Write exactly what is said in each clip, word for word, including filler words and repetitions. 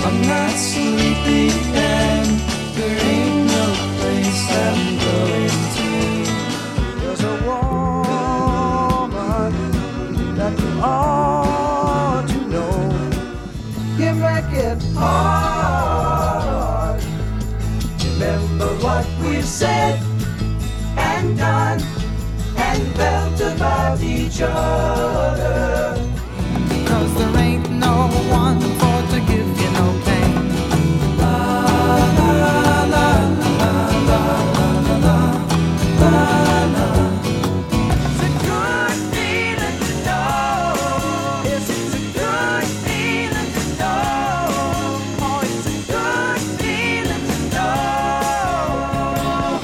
I'm not sleepy and there ain't no place I'm going to. There's a woman that you ought to know. You make it hard. Remember what we've said and done and felt about each other. 'Cause there ain't no one for to give you no pain. La la la la la la la la la. It's a good feeling to know. Yes, it's a good feeling to know. Oh, it's a good feeling to know.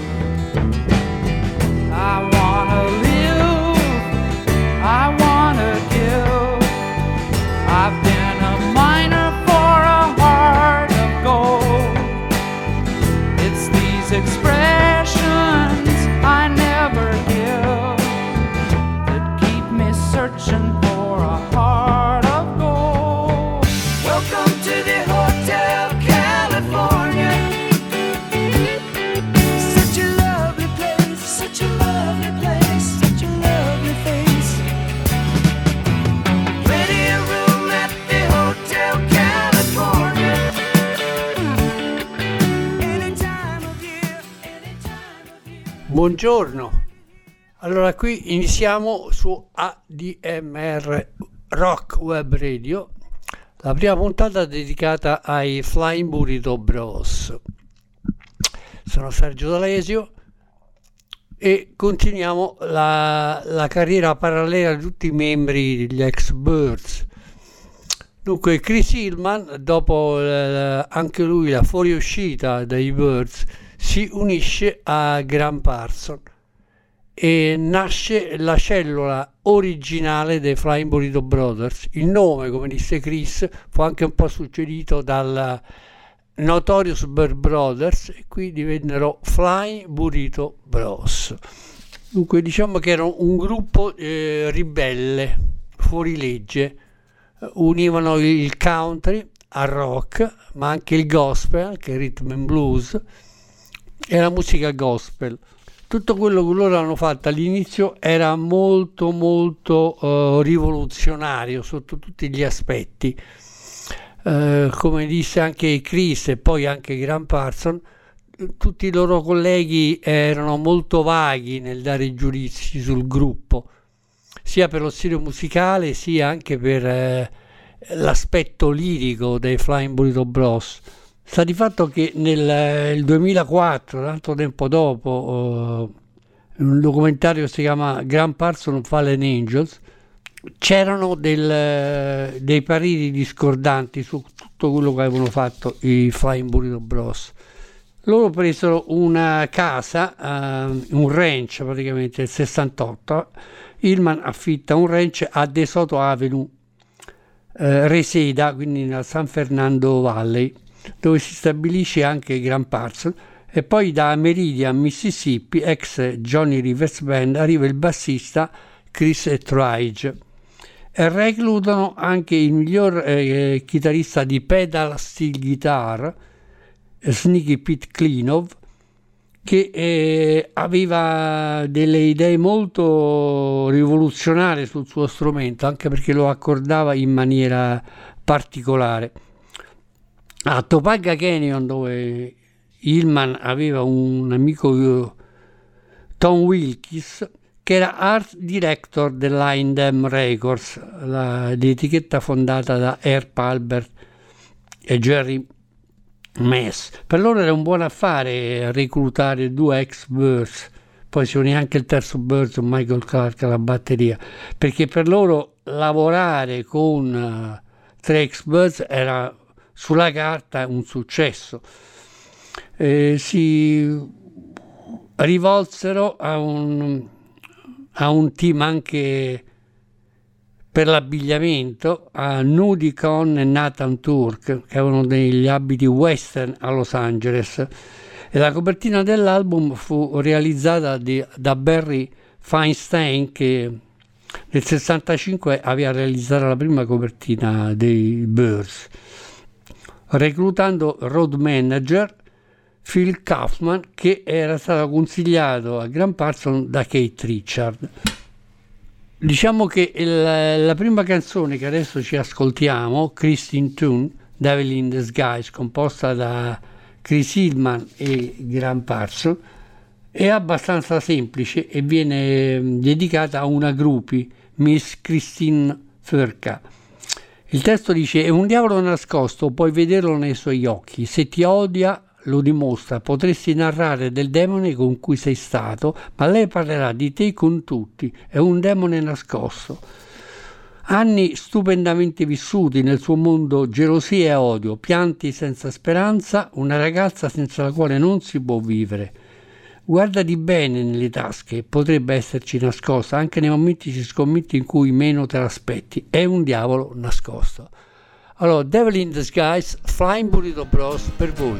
I wanna live, I wanna give. I've been a miner for a heart of gold. It's these expressions I never give that keep me searching for a heart of gold. Welcome to the Hotel California. Such a lovely place, such a lovely place, such a lovely face. Ready a room at the Hotel California. Any time of year, any time of year. Buongiorno, allora qui iniziamo su A D M R Rock Web Radio, la prima puntata dedicata ai Flying Burrito Bros. Sono Sergio D'Alesio e continuiamo la, la carriera parallela di tutti i membri degli ex-Birds. Dunque Chris Hillman, dopo eh, anche lui la fuoriuscita dai Birds, si unisce a Graham Parsons e nasce la cellula originale dei Flying Burrito Brothers. Il nome, come disse Chris, fu anche un po' suggerito dal Notorious Bird Brothers e qui divennero Flying Burrito Bros. Dunque diciamo che erano un gruppo eh, ribelle, fuorilegge, univano il country al rock, ma anche il gospel, anche il rhythm and blues e la musica gospel. Tutto quello che loro hanno fatto all'inizio era molto molto uh, rivoluzionario sotto tutti gli aspetti. Uh, come disse anche Chris e poi anche Graham Parsons, tutti i loro colleghi erano molto vaghi nel dare giudizi sul gruppo, sia per lo stile musicale sia anche per eh, l'aspetto lirico dei Flying Burrito Bros. Sta di fatto che nel duemilaquattro, tanto tempo dopo, uh, un documentario che si chiama Graham Parsons Fallen Angels, c'erano del, dei pareri discordanti su tutto quello che avevano fatto i Flying Burrito Bros. Loro presero una casa, uh, un ranch praticamente nel sessantotto. Hillman affitta un ranch a De Soto Avenue, uh, Reseda, quindi nella San Fernando Valley, dove si stabilisce anche Graham Parsons, e poi da Meridian, Mississippi, ex Johnny Rivers Band, arriva il bassista Chris Ettridge e reclutano anche il miglior eh, chitarrista di pedal steel guitar, Sneaky Pete Klinov, che eh, aveva delle idee molto rivoluzionarie sul suo strumento, anche perché lo accordava in maniera particolare. A Topanga Canyon, dove Hillman aveva un amico, Tom Wilkes, che era art director dell'Indem Records, la, l'etichetta fondata da Herb Alpert e Jerry Mess. Per loro era un buon affare reclutare due ex Birds, poi si unì anche il terzo Birds, Michael Clark, alla batteria, perché per loro lavorare con uh, tre ex Birds era sulla carta un successo. Eh, si rivolsero a un, a un team anche per l'abbigliamento, a Nudie Cohn e Nathan Turk, che avevano degli abiti western a Los Angeles, e la copertina dell'album fu realizzata di, da Barry Feinstein, che nel sessantacinque aveva realizzato la prima copertina dei Birds. reclutando road manager Phil Kaufman, che era stato consigliato a Graham Parsons da Keith Richards. Diciamo che il, la prima canzone che adesso ci ascoltiamo, Christine Tune, Devil in Disguise, composta da Chris Hillman e Graham Parsons, è abbastanza semplice e viene dedicata a una groupie, Miss Christine Furka. Il testo dice: è un diavolo nascosto, puoi vederlo nei suoi occhi, se ti odia lo dimostra, potresti narrare del demone con cui sei stato, ma lei parlerà di te con tutti, è un demone nascosto. Anni stupendamente vissuti nel suo mondo, gelosia e odio, pianti senza speranza, una ragazza senza la quale non si può vivere. Guardati bene nelle tasche, potrebbe esserci nascosta anche nei momenti scommetti in cui meno te l'aspetti, è un diavolo nascosto. Allora, Devil in Disguise, Flying Burrito Bros per voi.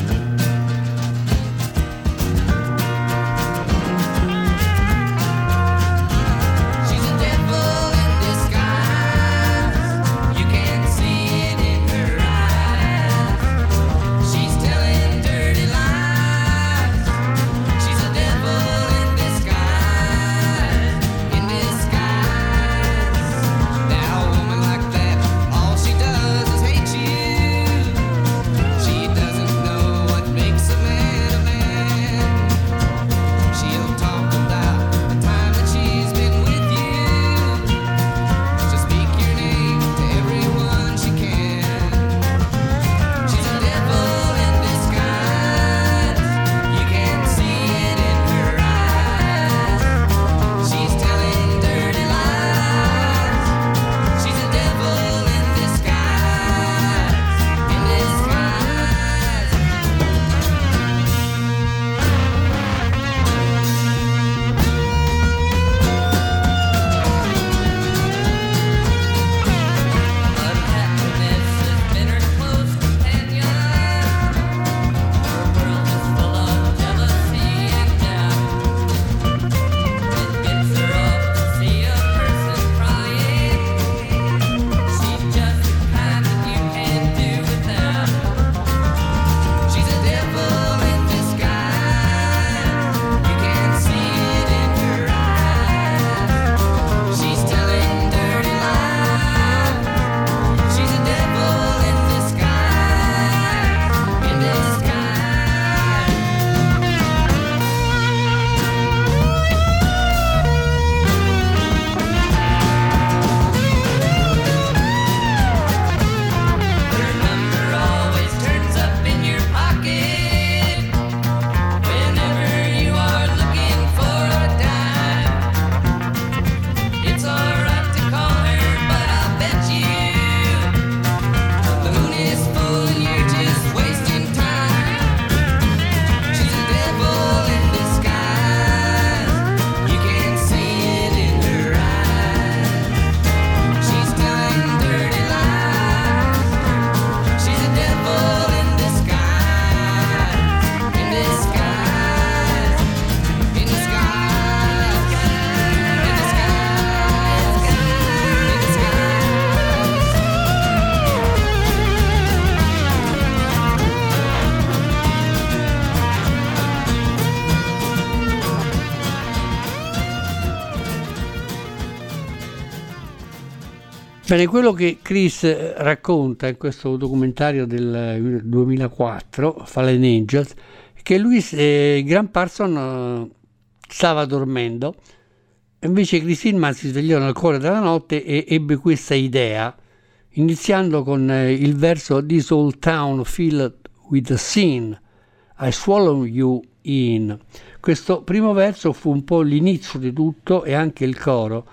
Bene, quello che Chris racconta in questo documentario del duemilaquattro, Fallen Angels, è che lui, eh, Graham Parsons, stava dormendo, invece Chris Hillman si svegliò nel cuore della notte e ebbe questa idea, iniziando con eh, il verso This old town filled with a sin, I swallow you in. Questo primo verso fu un po' l'inizio di tutto e anche il coro,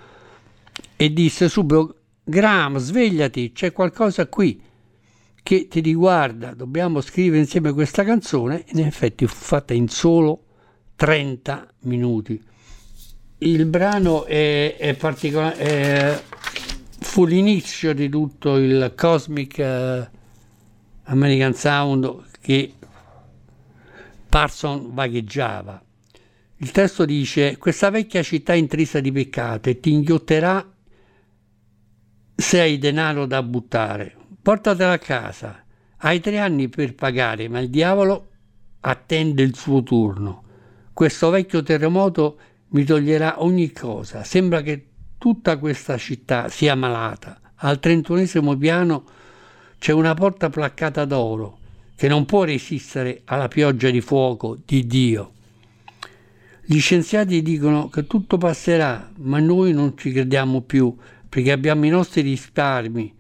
e disse subito: Graham, svegliati, c'è qualcosa qui che ti riguarda, dobbiamo scrivere insieme questa canzone. In effetti fu fatta in solo trenta minuti. Il brano è, è particolare, è, fu l'inizio di tutto il Cosmic uh, American Sound che Parsons vagheggiava. Il testo dice: questa vecchia città intrisa di peccato ti inghiotterà se hai denaro da buttare, portatela a casa, Hai tre anni per pagare, ma il diavolo attende il suo turno. Questo vecchio terremoto mi toglierà ogni cosa. Sembra che tutta questa città sia malata. Al trentunesimo piano c'è una porta placcata d'oro che non può resistere alla pioggia di fuoco di Dio. Gli scienziati dicono che tutto passerà, ma noi non ci crediamo più perché abbiamo i nostri risparmi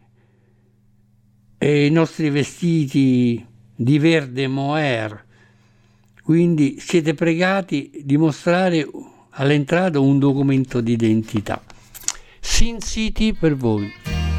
e i nostri vestiti di verde mohair. Quindi siete pregati di mostrare all'entrata un documento di identità. Sin City per voi.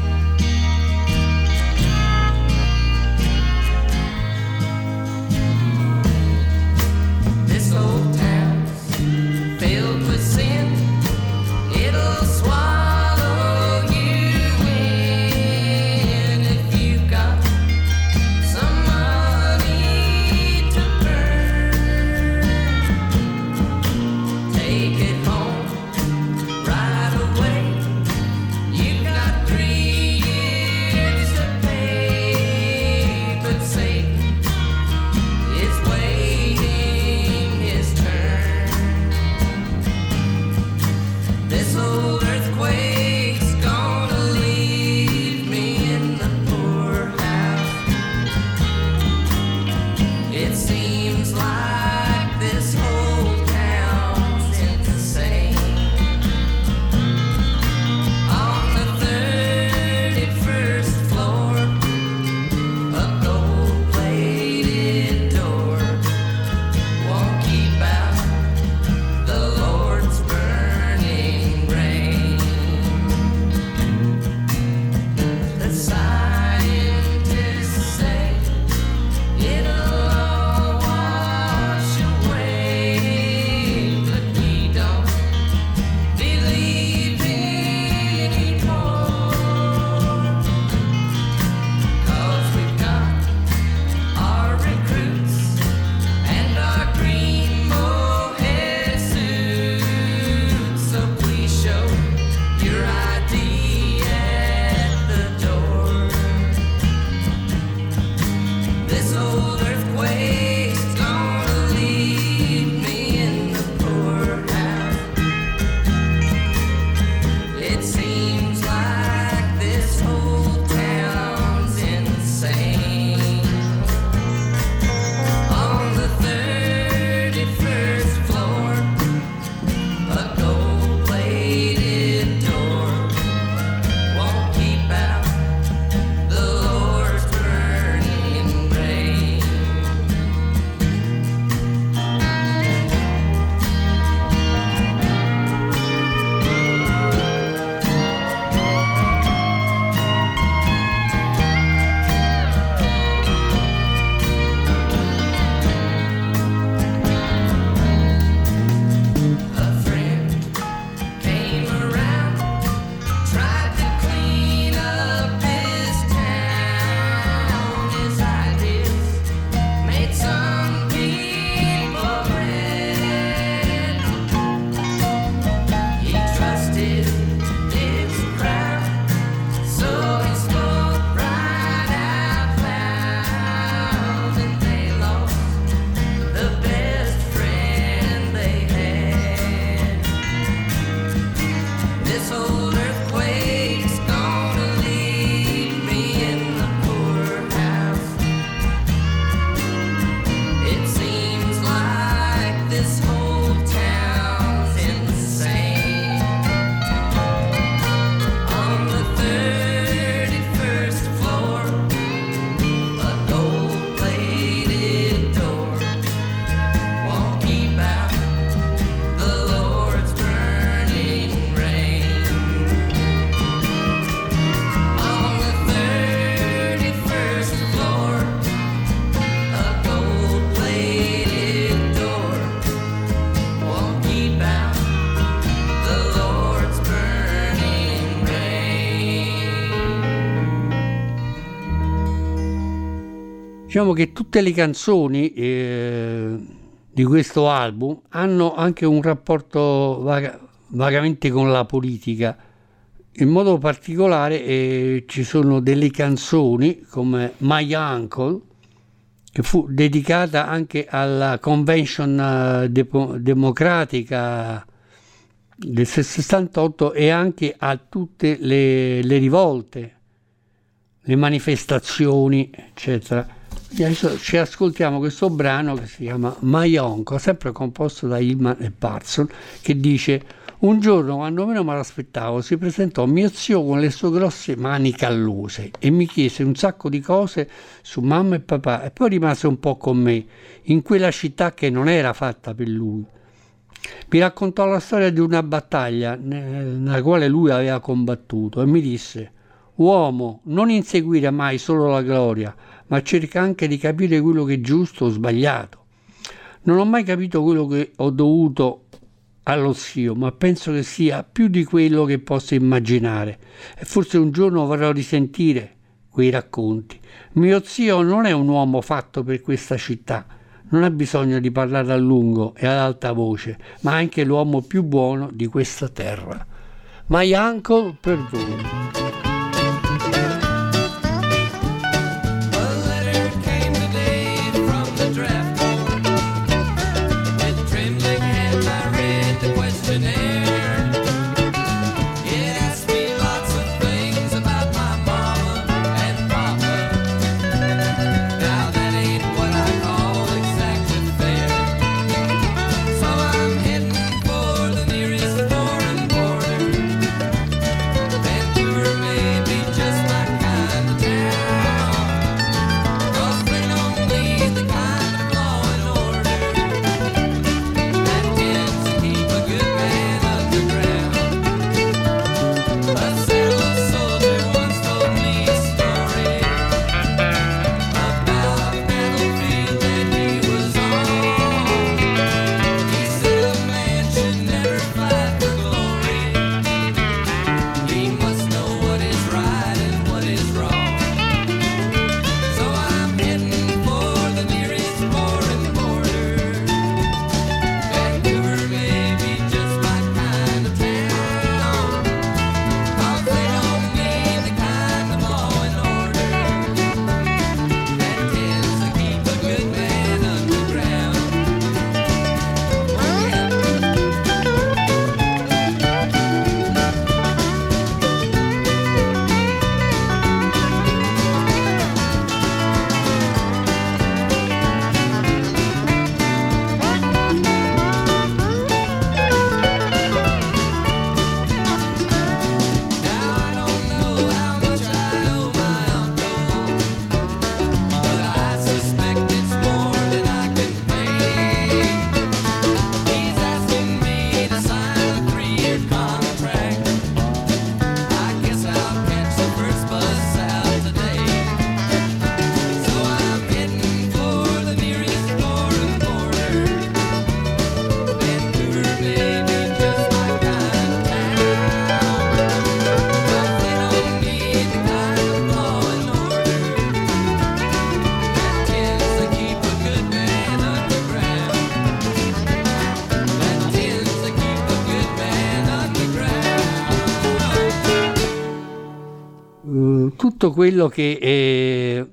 Diciamo che tutte le canzoni eh, di questo album hanno anche un rapporto vaga, vagamente con la politica in modo particolare eh, ci sono delle canzoni come My Uncle, che fu dedicata anche alla convention uh, de- democratica del sessantotto e anche a tutte le, le rivolte, le manifestazioni, eccetera. E adesso ci ascoltiamo questo brano che si chiama My Uncle, sempre composto da Hillman e Parson, che dice: un giorno, quando meno me l'aspettavo, si presentò mio zio con le sue grosse mani callose e mi chiese un sacco di cose su mamma e papà, e poi rimase un po' con me in quella città che non era fatta per lui. Mi raccontò la storia di una battaglia nella quale lui aveva combattuto e mi disse: uomo, non inseguire mai solo la gloria, ma cerca anche di capire quello che è giusto o sbagliato. Non ho mai capito quello che ho dovuto allo zio, ma penso che sia più di quello che posso immaginare, e forse un giorno vorrò risentire quei racconti. Mio zio non è un uomo fatto per questa città, non ha bisogno di parlare a lungo e ad alta voce, ma anche l'uomo più buono di questa terra. My Uncle per voi. Tutto quello che eh,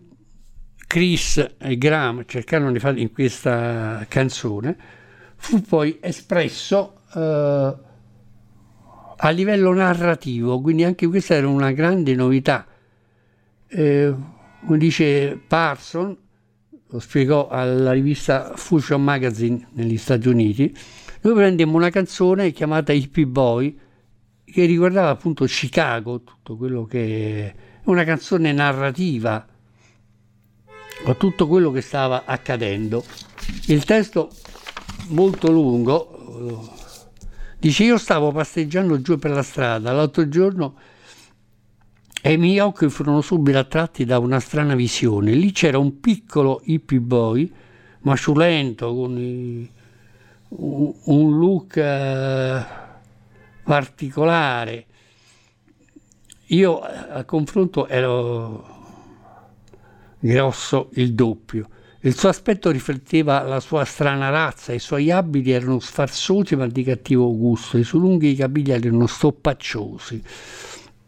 Chris e Graham cercarono di fare in questa canzone fu poi espresso eh, a livello narrativo, quindi anche questa era una grande novità. Eh, come dice Parson, lo spiegò alla rivista Fusion Magazine negli Stati Uniti, noi prendemmo una canzone chiamata Hippie Boy che riguardava appunto Chicago, tutto quello che è una canzone narrativa a tutto quello che stava accadendo. Il testo molto lungo dice: io stavo passeggiando giù per la strada l'altro giorno e i miei occhi furono subito attratti da una strana visione. Lì c'era un piccolo hippie boy maciulento con i, un, un look eh, particolare. Io a confronto ero grosso il doppio. Il suo aspetto rifletteva la sua strana razza, i suoi abiti erano sfarzosi ma di cattivo gusto, i suoi lunghi capelli erano stoppacciosi.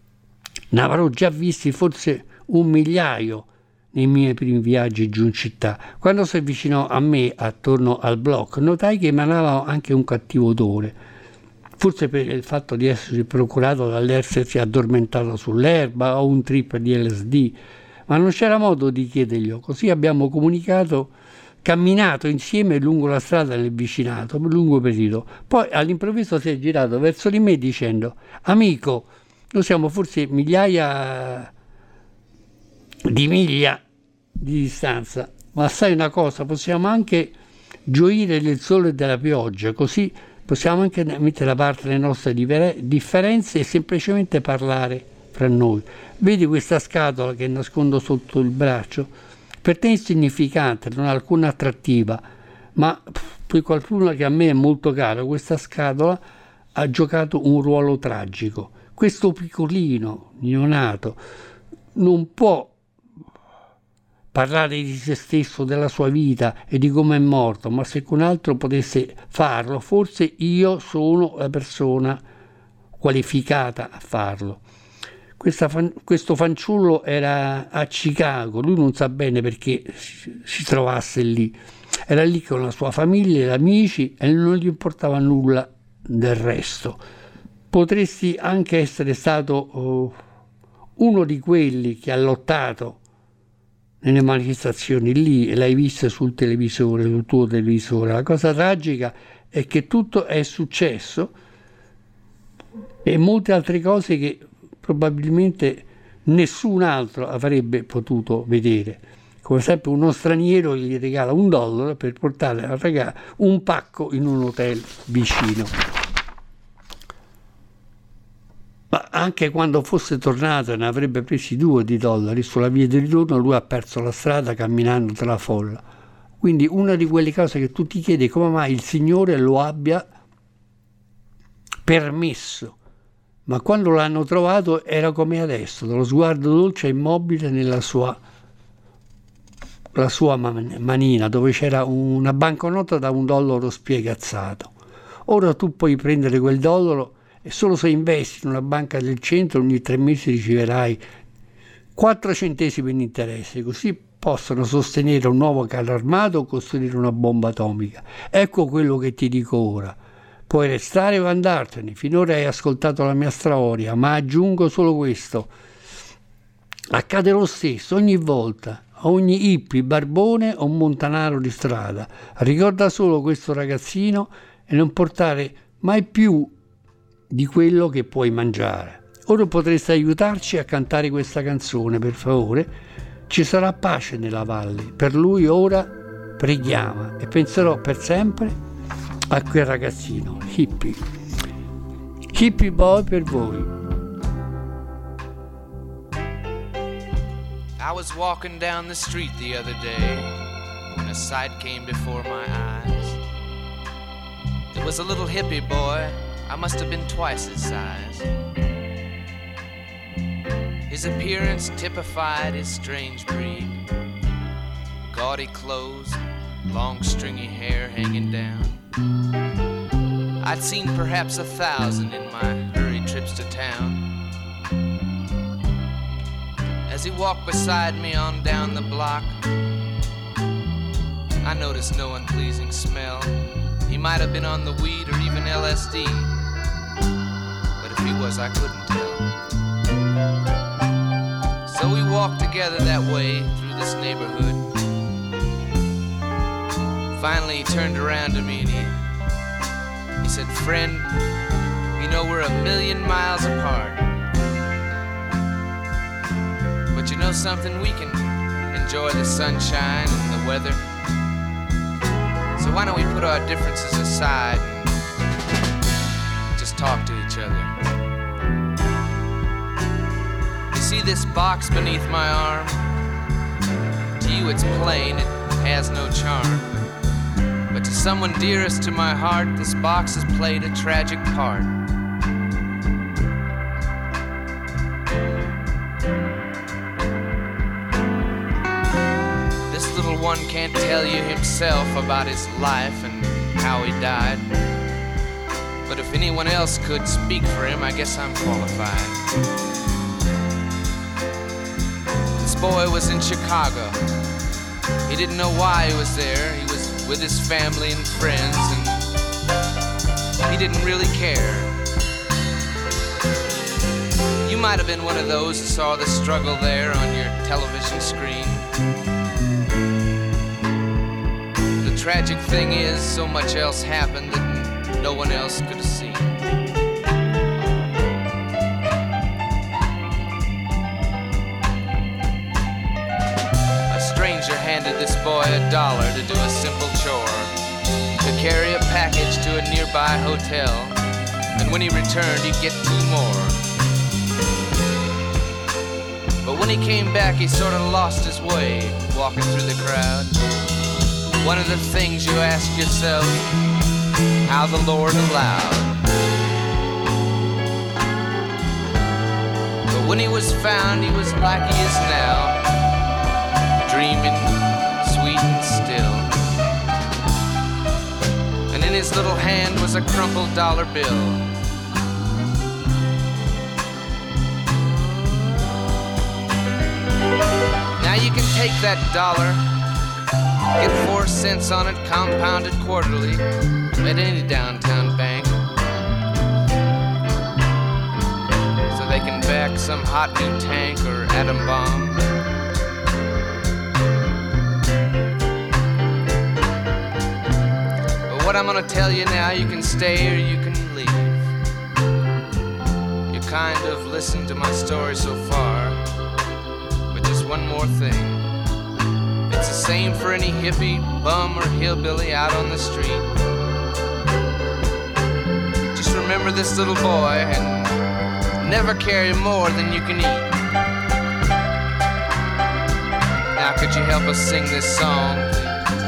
Ne avrò già visti forse un migliaio nei miei primi viaggi giù in città. Quando si avvicinò a me attorno al blocco, notai che emanava anche un cattivo odore, forse per il fatto di essersi procurato dall'essersi addormentato sull'erba o un trip di L S D, ma non c'era modo di chiederglielo. Così abbiamo comunicato, camminato insieme lungo la strada del vicinato per lungo periodo. Poi all'improvviso si è girato verso di me dicendo: amico, noi siamo forse migliaia di miglia di distanza, ma sai una cosa, possiamo anche gioire del sole e della pioggia, così possiamo anche mettere da parte le nostre differenze e semplicemente parlare fra noi. Vedi questa scatola che nascondo sotto il braccio? Per te è insignificante, non ha alcuna attrattiva, ma per qualcuno che a me è molto caro, questa scatola ha giocato un ruolo tragico. Questo piccolino neonato non può parlare di se stesso, della sua vita e di come è morto, ma se qualcun altro potesse farlo, forse io sono la persona qualificata a farlo. Questa fan, questo fanciullo era a Chicago, lui non sa bene perché si, si trovasse lì, era lì con la sua famiglia e gli amici e non gli importava nulla del resto. Potresti anche essere stato uh, uno di quelli che ha lottato nelle manifestazioni lì e l'hai vista sul televisore, sul tuo televisore. La cosa tragica è che tutto è successo e molte altre cose che probabilmente nessun altro avrebbe potuto vedere. Come sempre uno straniero gli regala un dollaro per portare a regalo un pacco in un hotel vicino. Ma anche quando fosse tornato e ne avrebbe presi due di dollari sulla via di ritorno, lui ha perso la strada camminando tra la folla. Quindi una di quelle cose che tu ti chiedi, come mai il Signore lo abbia permesso, ma quando l'hanno trovato era come adesso, dallo sguardo dolce e immobile nella sua, la sua manina, dove c'era una banconota da un dollaro spiegazzato. Ora tu puoi prendere quel dollaro e solo se investi in una banca del centro ogni tre mesi riceverai quattro centesimi in interesse, così possono sostenere un nuovo carro armato o costruire una bomba atomica. Ecco quello che ti dico ora. Puoi restare o andartene, finora hai ascoltato la mia storia, ma aggiungo solo questo. Accade lo stesso ogni volta, a ogni hippie, barbone o montanaro di strada. Ricorda solo questo ragazzino e non portare mai più di quello che puoi mangiare. Ora potresti aiutarci a cantare questa canzone, per favore? Ci sarà pace nella valle. Per lui ora preghiamo e penserò per sempre a quel ragazzino hippie. Hippie boy per voi. I was walking down the street the other day when a sight came before my eyes. It was a little hippie boy. I must have been twice his size. His appearance typified his strange breed. Gaudy clothes, long stringy hair hanging down. I'd seen perhaps a thousand in my hurried trips to town. As he walked beside me on down the block, I noticed no unpleasing smell. He might have been on the weed or even L S D, but if he was, I couldn't tell. So we walked together that way through this neighborhood. Finally he turned around to me and he, he said, "Friend, you know we're a million miles apart, but you know something, we can enjoy the sunshine and the weather. So why don't we put our differences aside and just talk to each other?" You see this box beneath my arm? To you it's plain, it has no charm. But to someone dearest to my heart, this box has played a tragic part. This little one can't tell you himself about his life and how he died. But if anyone else could speak for him, I guess I'm qualified. boy was in Chicago. He didn't know why he was there. He was with his family and friends, and he didn't really care. You might have been one of those who saw the struggle there on your television screen. The tragic thing is, so much else happened that no one else could have seen. A stranger handed this boy a dollar to do a simple chore, to carry a package to a nearby hotel, and when he returned he'd get two more. But when he came back he sort of lost his way, walking through the crowd. One of the things you ask yourself, how the Lord allowed. But when he was found, he was like he is now, dreaming, sweet and still. And in his little hand was a crumpled dollar bill. Now you can take that dollar, get four cents on it compounded quarterly at any downtown bank, so they can back some hot new tank or atom bomb. But what I'm gonna tell you now, you can stay or you can leave. You kind of listened to my story so far, but just one more thing. It's the same for any hippie, bum, or hillbilly out on the street. Just remember this little boy and never carry more than you can eat. Now could you help us sing this song, please?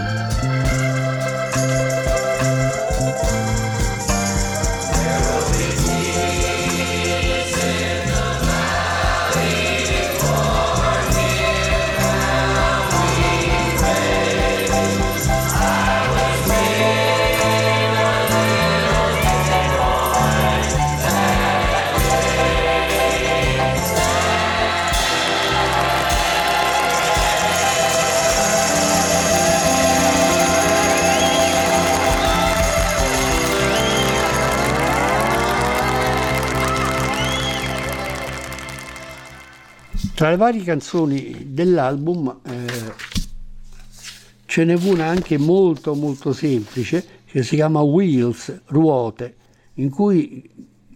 Tra le varie canzoni dell'album eh, ce n'è una anche molto molto semplice che si chiama Wheels, ruote, in cui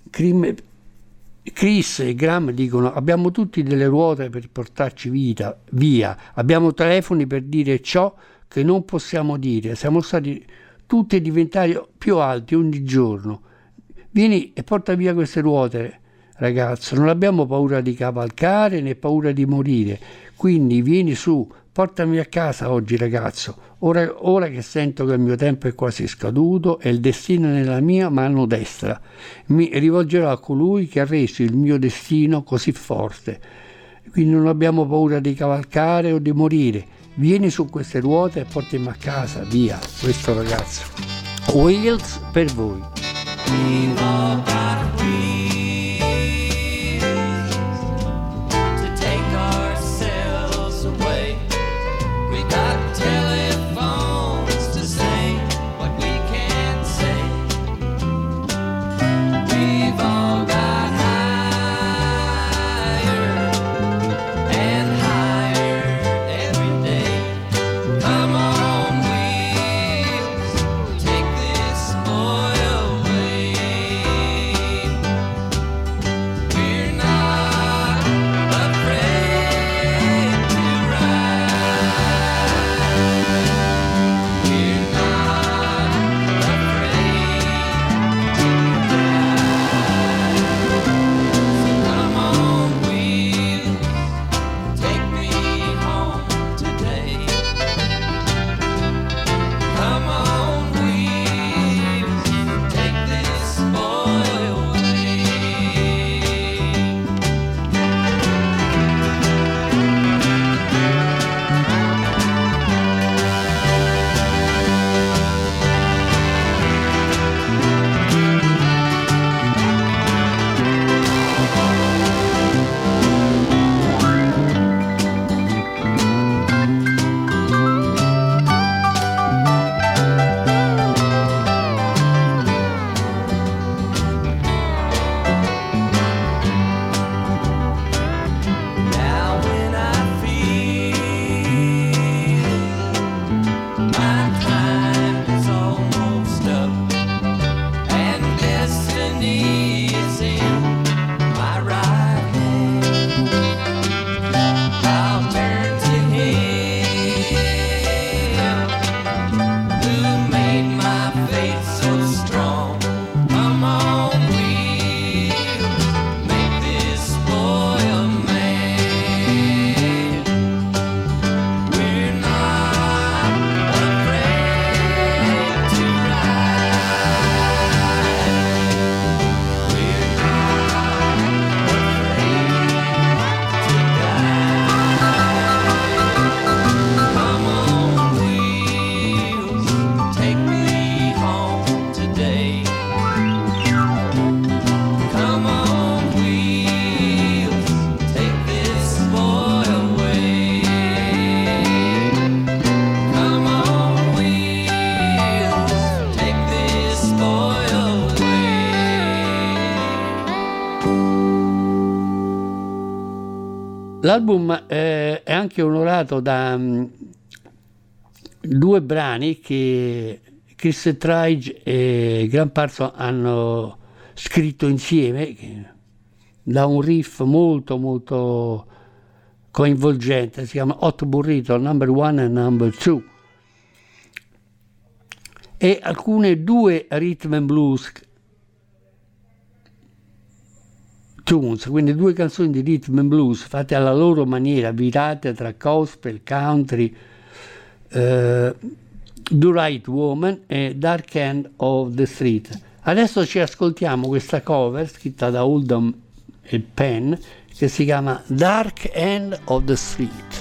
Chris e Graham dicono: abbiamo tutti delle ruote per portarci vita, via, abbiamo telefoni per dire ciò che non possiamo dire, siamo stati tutti diventati più alti ogni giorno, vieni e porta via queste ruote. Ragazzo, non abbiamo paura di cavalcare né paura di morire, quindi vieni su, portami a casa oggi ragazzo, ora, ora che sento che il mio tempo è quasi scaduto e il destino è nella mia mano destra, mi rivolgerò a colui che ha reso il mio destino così forte, quindi non abbiamo paura di cavalcare o di morire, vieni su queste ruote e portami a casa, via, questo ragazzo. Wheels per voi. Take this boy away. L'album eh, è anche onorato da um, due brani che Chris Ettridge e Graham Parsons hanno scritto insieme, da un riff molto molto coinvolgente. Si chiama Hot Burrito Number One e Number Two, e alcune due rhythm and blues tunes, quindi due canzoni di rhythm and blues fatte alla loro maniera, virate tra gospel, country, uh, Do Right Woman e Dark End of the Street. Adesso ci ascoltiamo questa cover scritta da Oldham e Penn che si chiama Dark End of the Street.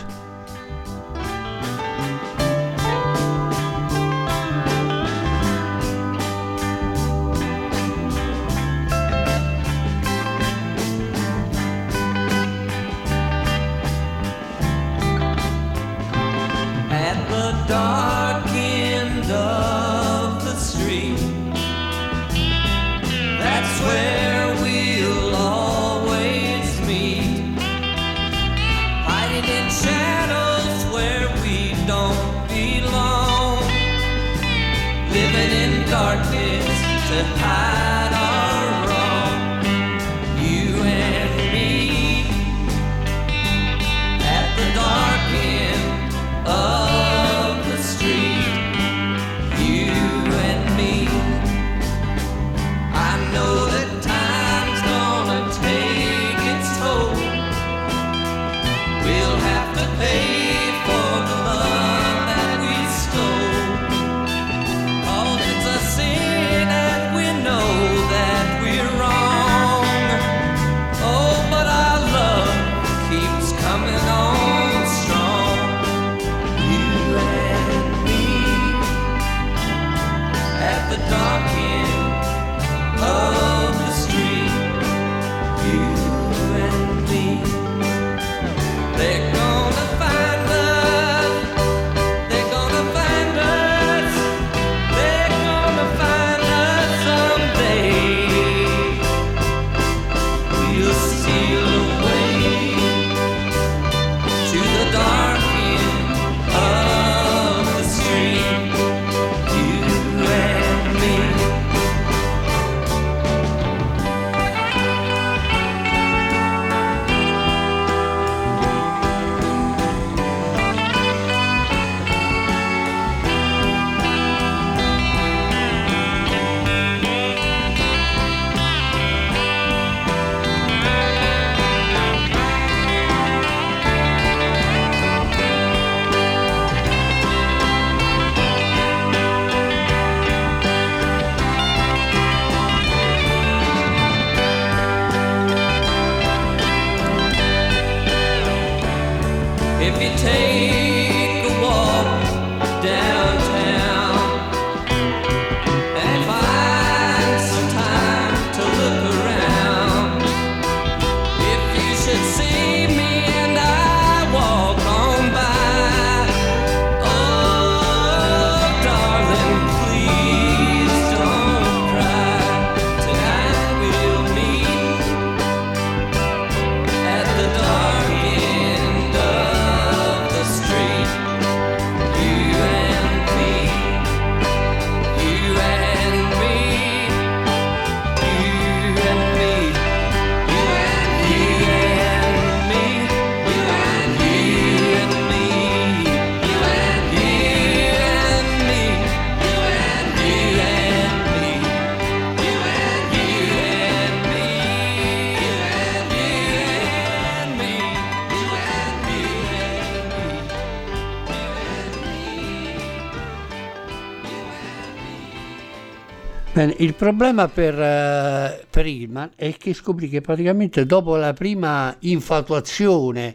Bene, il problema per, uh, per Hillman è che scoprì che praticamente dopo la prima infatuazione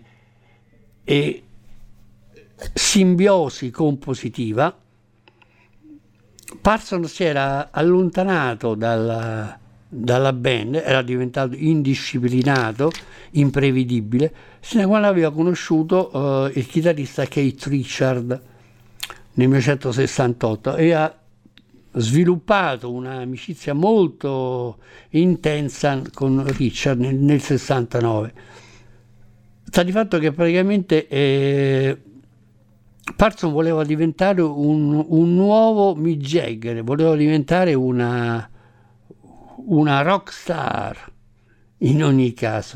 e simbiosi compositiva, Parsons si era allontanato dalla, dalla band, era diventato indisciplinato, imprevedibile, sino a quando aveva conosciuto uh, il chitarrista Keith Richards nel millenovecentosessantotto e ha sviluppato un'amicizia molto intensa con Richard nel, nel sessantanove. sta di fatto che praticamente eh, Parson voleva diventare un, un nuovo Mick Jagger, voleva diventare una, una rock star in ogni caso.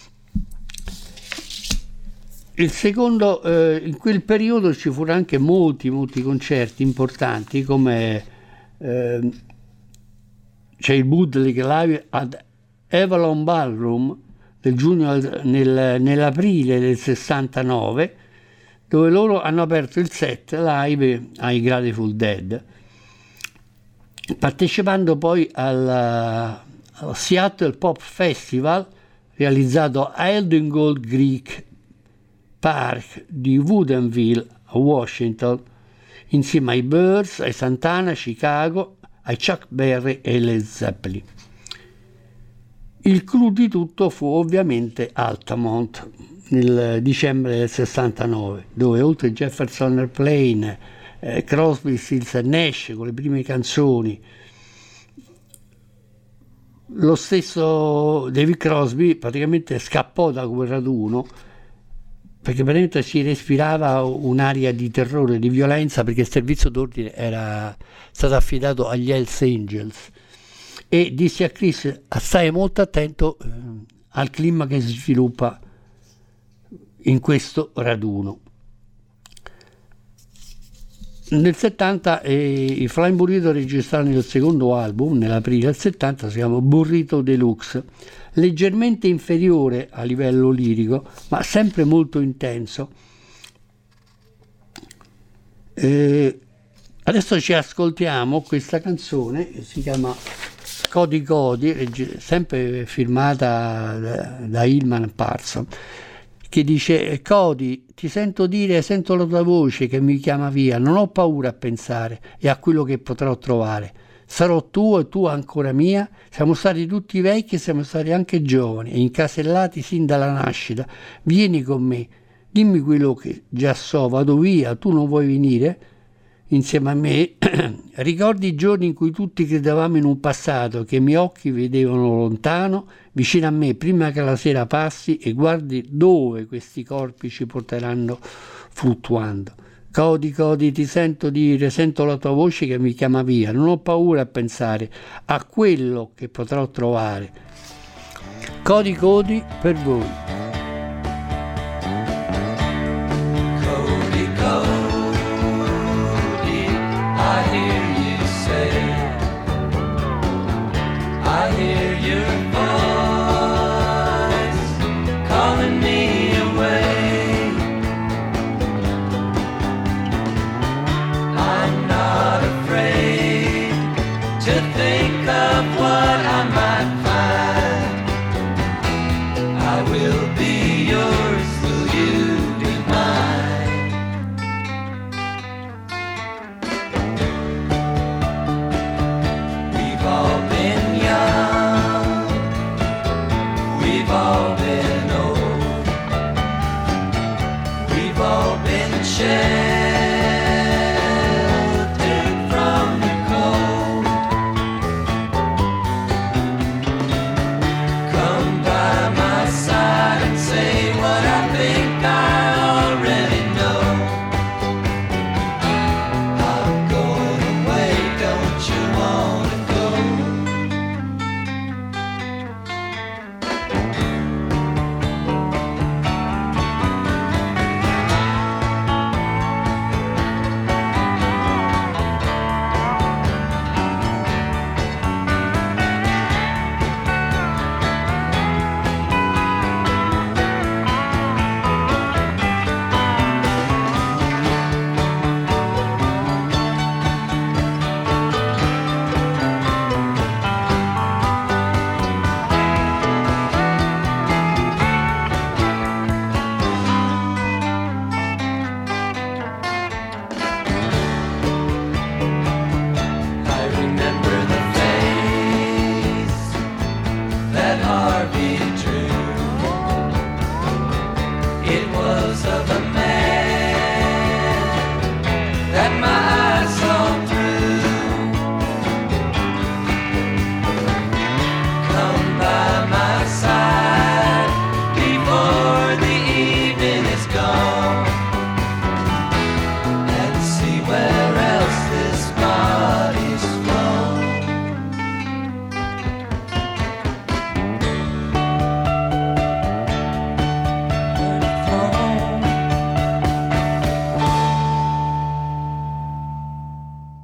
Il secondo, eh, in quel periodo ci furono anche molti, molti concerti importanti, come eh, c'è il Bootleg Live ad Avalon Ballroom del giugno nel, nell'aprile del sessantanove, dove loro hanno aperto il set live ai Grateful Dead, partecipando poi al, al Seattle Pop Festival realizzato a Eldon Gold Creek Park di Woodinville a Washington, insieme ai Birds, ai Santana, Chicago, ai Chuck Berry e Led Zeppelin. Il clou di tutto fu ovviamente Altamont nel dicembre del sessantanove, dove oltre Jefferson Airplane, eh, Crosby, Stills e Nash con le prime canzoni, lo stesso David Crosby praticamente scappò da quel raduno perché praticamente si respirava un'aria di terrore, di violenza, perché il servizio d'ordine era stato affidato agli Hells Angels, e disse a Chris: stai molto attento eh, al clima che si sviluppa in questo raduno. Nel settanta eh, i Flying Burrito registrarono il secondo album, nell'aprile del settanta, si chiama Burrito Deluxe, leggermente inferiore a livello lirico, ma sempre molto intenso. Eh, adesso ci ascoltiamo questa canzone che si chiama Cody Cody, reg- sempre firmata da, da Hillman Parson, che dice: Cody, ti sento dire, sento la tua voce che mi chiama via, non ho paura a pensare e a quello che potrò trovare. Sarò tuo e tu ancora mia, siamo stati tutti vecchi e siamo stati anche giovani e incasellati sin dalla nascita. Vieni con me, dimmi quello che già so, vado via, tu non vuoi venire insieme a me? Ricordi i giorni in cui tutti credevamo in un passato, che i miei occhi vedevano lontano, vicino a me, prima che la sera passi, e guardi dove questi corpi ci porteranno fluttuando. Cody, Cody, ti sento dire, sento la tua voce che mi chiama via, non ho paura a pensare a quello che potrò trovare. Cody, Cody per voi. Cody, Cody, I hear you say, I hear your voice calling me away. I'm not afraid to think of what I might find. I will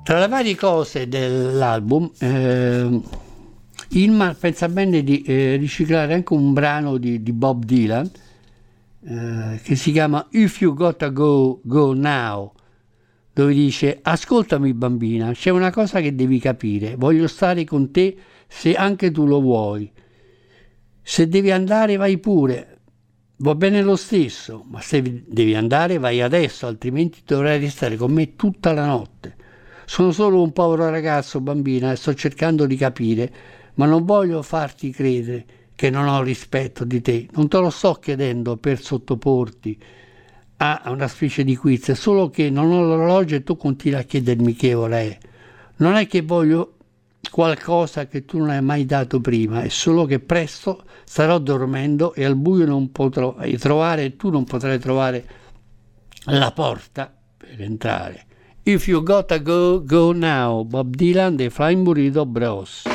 Tra le varie cose dell'album, eh, Hillman pensa bene di eh, riciclare anche un brano di, di Bob Dylan eh, che si chiama If You Gotta Go, Go Now, dove dice: ascoltami bambina, c'è una cosa che devi capire, voglio stare con te se anche tu lo vuoi, se devi andare vai pure, va bene lo stesso, ma se devi andare vai adesso, altrimenti dovrai restare con me tutta la notte. Sono solo un povero ragazzo, bambina, e sto cercando di capire, ma non voglio farti credere che non ho rispetto di te. Non te lo sto chiedendo per sottoporti a una specie di quiz, è solo che non ho l'orologio e tu continui a chiedermi che ora è. Non è che voglio qualcosa che tu non hai mai dato prima, è solo che presto starò dormendo e al buio non potrò trovare, tu non potrai trovare la porta per entrare. If You Gotta Go, Go Now, Bob Dylan dei Flying Burrito Bros.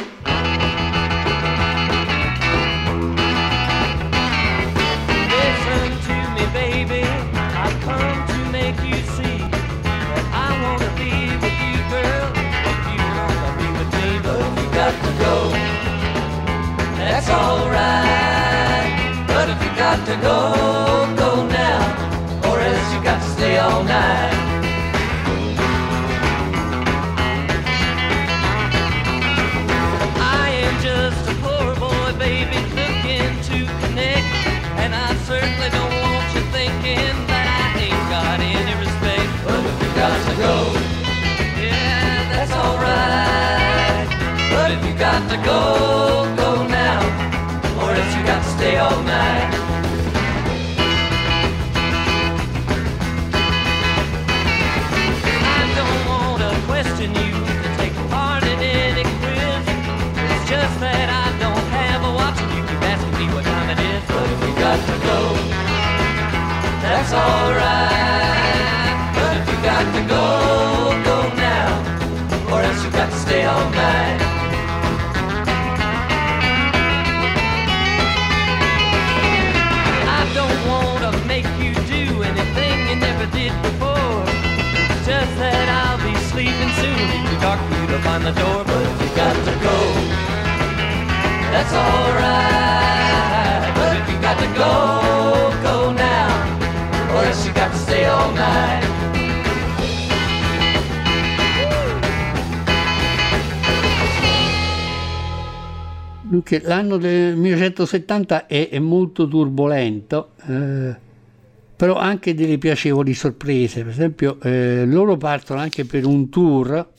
That's alright, but if you got to go, go now, or else you got to stay all night. I am just a poor boy, baby, looking to connect, and I certainly don't want you thinking that I ain't got any respect. But if you got to go, yeah, that's alright, but if you got to go, go now, or else you got to stay all night. I don't want to question you to take part in any quiz. It's just that I don't have a watch and you keep asking me what time it is. But if you got to go, that's alright. But if you got to go, go now, or else you got to stay all night. Just that I'll be sleeping soon. It'll be dark for you to find the door, but if you got to go, that's alright. But if you got to go, go now, or else you got to stay all night. Dunque, l'anno del millenovecentosettanta è, è molto turbolento, eh, però anche delle piacevoli sorprese. Per esempio, eh, loro partono anche per un tour,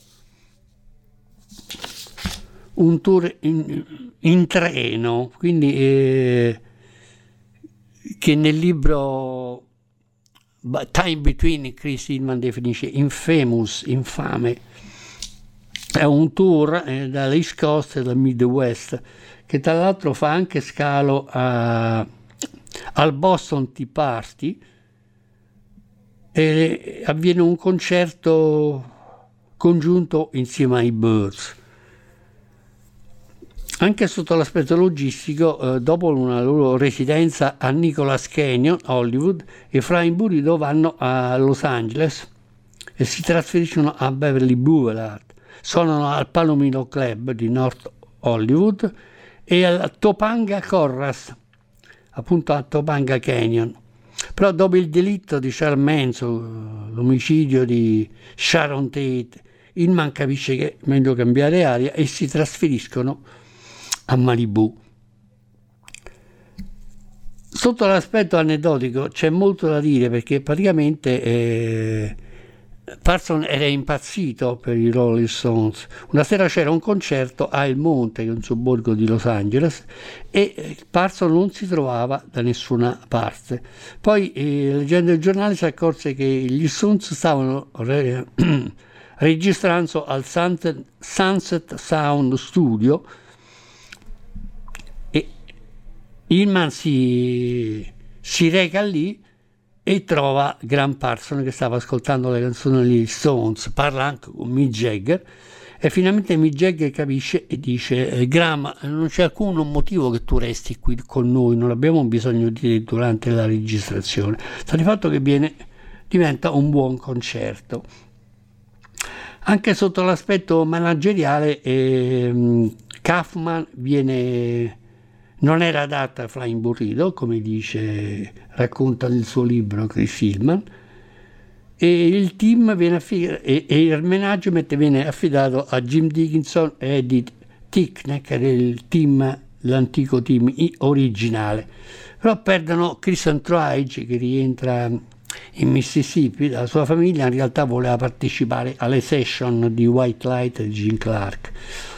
un tour in, in treno, quindi eh, che nel libro Time Between Chris Hillman definisce infamous, infame. È un tour eh, dall'East Coast e dal Midwest, che tra l'altro fa anche scalo a, al Boston Tea Party, e avviene un concerto congiunto insieme ai Byrds. Anche sotto l'aspetto logistico, eh, dopo una loro residenza a Nicholas Canyon, Hollywood, i Flying Burrito vanno a Los Angeles e si trasferiscono a Beverly Boulevard. Suonano al Palomino Club di North Hollywood e al Topanga Chorus, appunto a Topanga Canyon. Però dopo il delitto di Charles Manson, l'omicidio di Sharon Tate, Hillman capisce che è meglio cambiare aria e si trasferiscono a Malibu. Sotto l'aspetto aneddotico c'è molto da dire, perché praticamente eh, Parson era impazzito per i Rolling Stones. Una sera c'era un concerto a El Monte, che è un sobborgo di Los Angeles, e Parson non si trovava da nessuna parte. Poi, eh, leggendo il giornale, si accorse che gli Stones stavano re- registrando al Sunset, Sunset Sound Studio, e Hillman si, si reca lì e trova Graham Parsons che stava ascoltando le canzoni degli Stones. Parla anche con Mick Jagger e finalmente Mick Jagger capisce e dice: Graham, non c'è alcun motivo che tu resti qui con noi, non abbiamo bisogno di te durante la registrazione. Sta di fatto che viene, diventa un buon concerto. Anche sotto l'aspetto manageriale eh, Kaufman viene, non era adatta a Flying Burrito, come dice, racconta nel suo libro Chris Hillman, e il team viene affidato, e, e il management viene affidato a Jim Dickinson e Eddie Tickner, che era il team, l'antico team originale. Però perdono Christian Troige, che rientra in Mississippi. La sua famiglia in realtà voleva partecipare alle session di White Light e Gene Clark.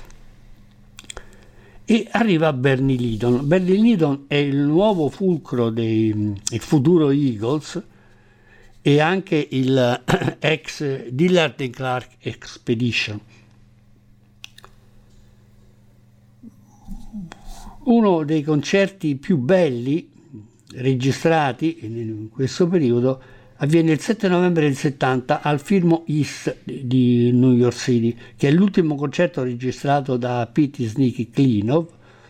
E arriva Bernie Leadon. Bernie Leadon è il nuovo fulcro dei il futuro Eagles e anche il ex Dillard and Clark Expedition. Uno dei concerti più belli registrati in questo periodo avviene il sette novembre del settanta al Fillmore East di New York City, che è l'ultimo concerto registrato da Pete Sneaky Cleanov,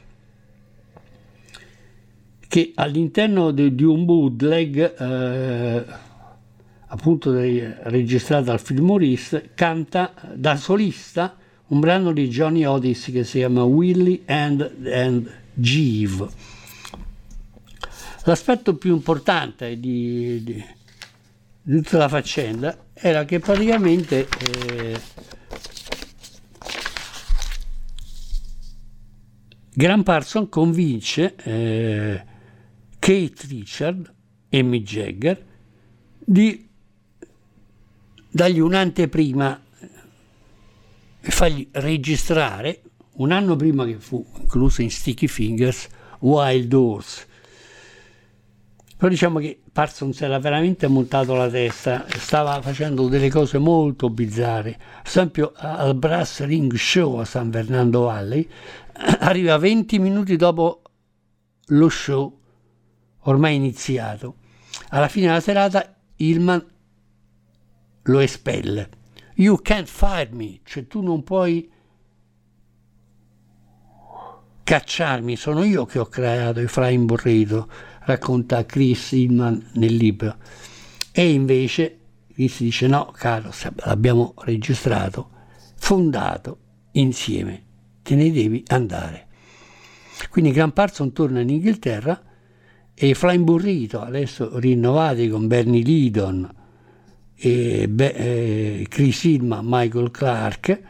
che all'interno di, di un bootleg eh, appunto de, registrato al Fillmore East canta da solista un brano di Johnny Otis che si chiama Willie and, and Jeeve. L'aspetto più importante di, di, di tutta la faccenda era che praticamente eh, Graham Parsons convince eh, Keith Richards e Mick Jagger di dargli un'anteprima e fargli registrare un anno prima che fu incluso in Sticky Fingers Wild Horse. Però diciamo che Parsons era veramente montato la testa, stava facendo delle cose molto bizzarre. Ad esempio al Brass Ring Show a San Fernando Valley arriva venti minuti dopo lo show ormai iniziato. Alla fine della serata Hillman lo espelle. You can't fire me, cioè tu non puoi cacciarmi, sono io che ho creato i Flying Burrito, racconta Chris Hillman nel libro. E invece Chris dice no caro, l'abbiamo registrato, fondato insieme, te ne devi andare. Quindi Graham Parsons torna in Inghilterra e i Flying Burrito, adesso rinnovati con Bernie Leadon e Be- eh, Chris Hillman, Michael Clark,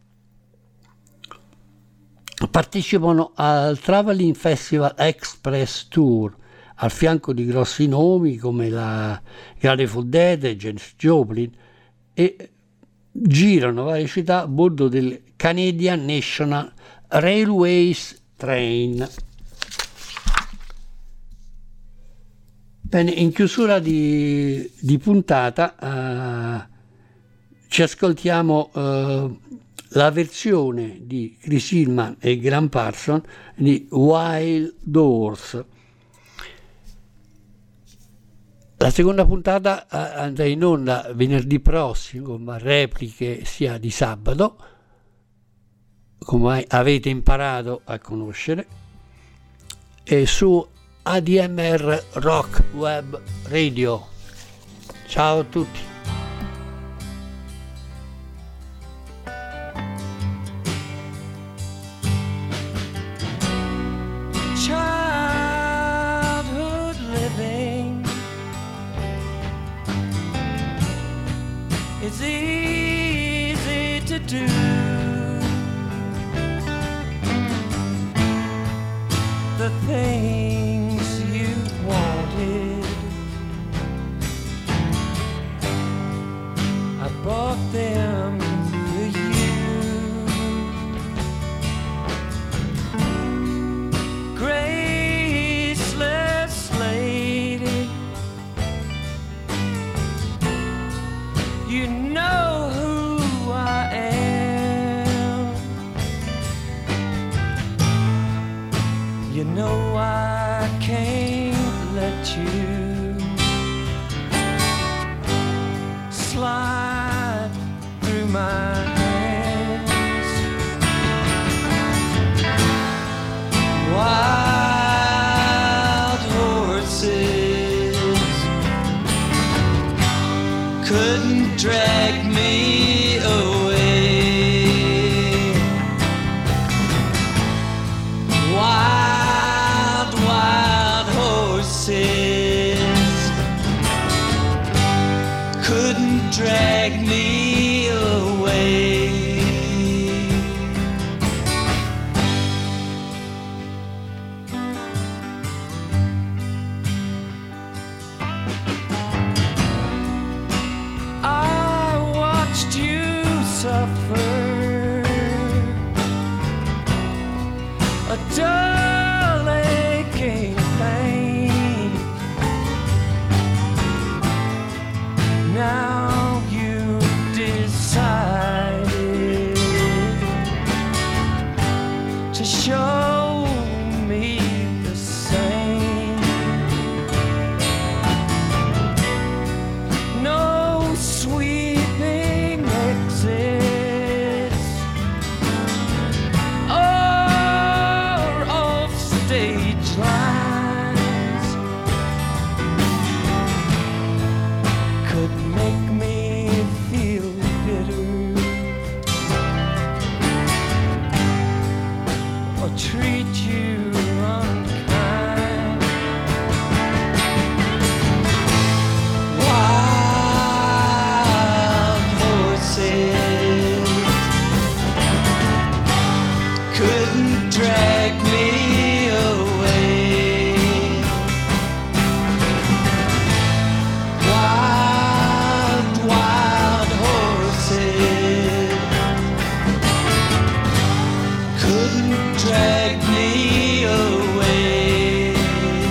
partecipano al Traveling Festival Express Tour al fianco di grossi nomi come la Grateful Dead e Janis Joplin, e girano varie città a bordo del Canadian National Railways Train. Bene, in chiusura di, di puntata uh, ci ascoltiamo uh, la versione di Chris Hillman e Graham Parsons di Wild Horse. La seconda puntata andrà in onda venerdì prossimo, ma repliche sia di sabato, come avete imparato a conoscere, e su A D M R Rock Web Radio. Ciao a tutti. Childhood living is easy to do. The things you wanted, I bought them for you. Graceless lady, you know who I am. You know I can't let you slide through my hands. Wild horses couldn't drag me away. me away. I watched you suffer a dull aching pain. Now you decided to show me the same. No sweeping exits or off stage lines could make me feel bitter or treat you unkind. Wild horses couldn't drag me away. Wild, wild horses couldn't drag me away.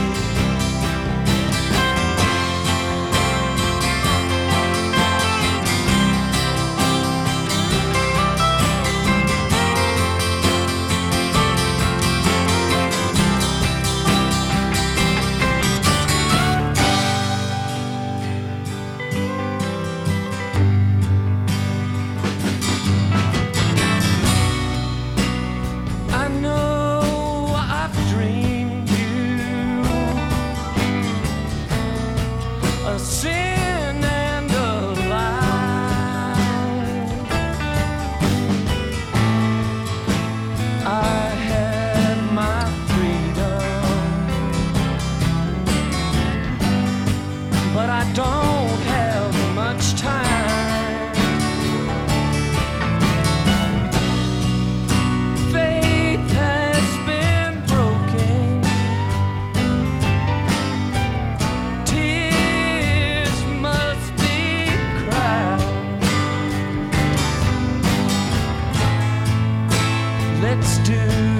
I know I've dreamed you a sin and a lie. I had my freedom, but I don't have much time. Faith has been broken. Tears must be cried. Let's do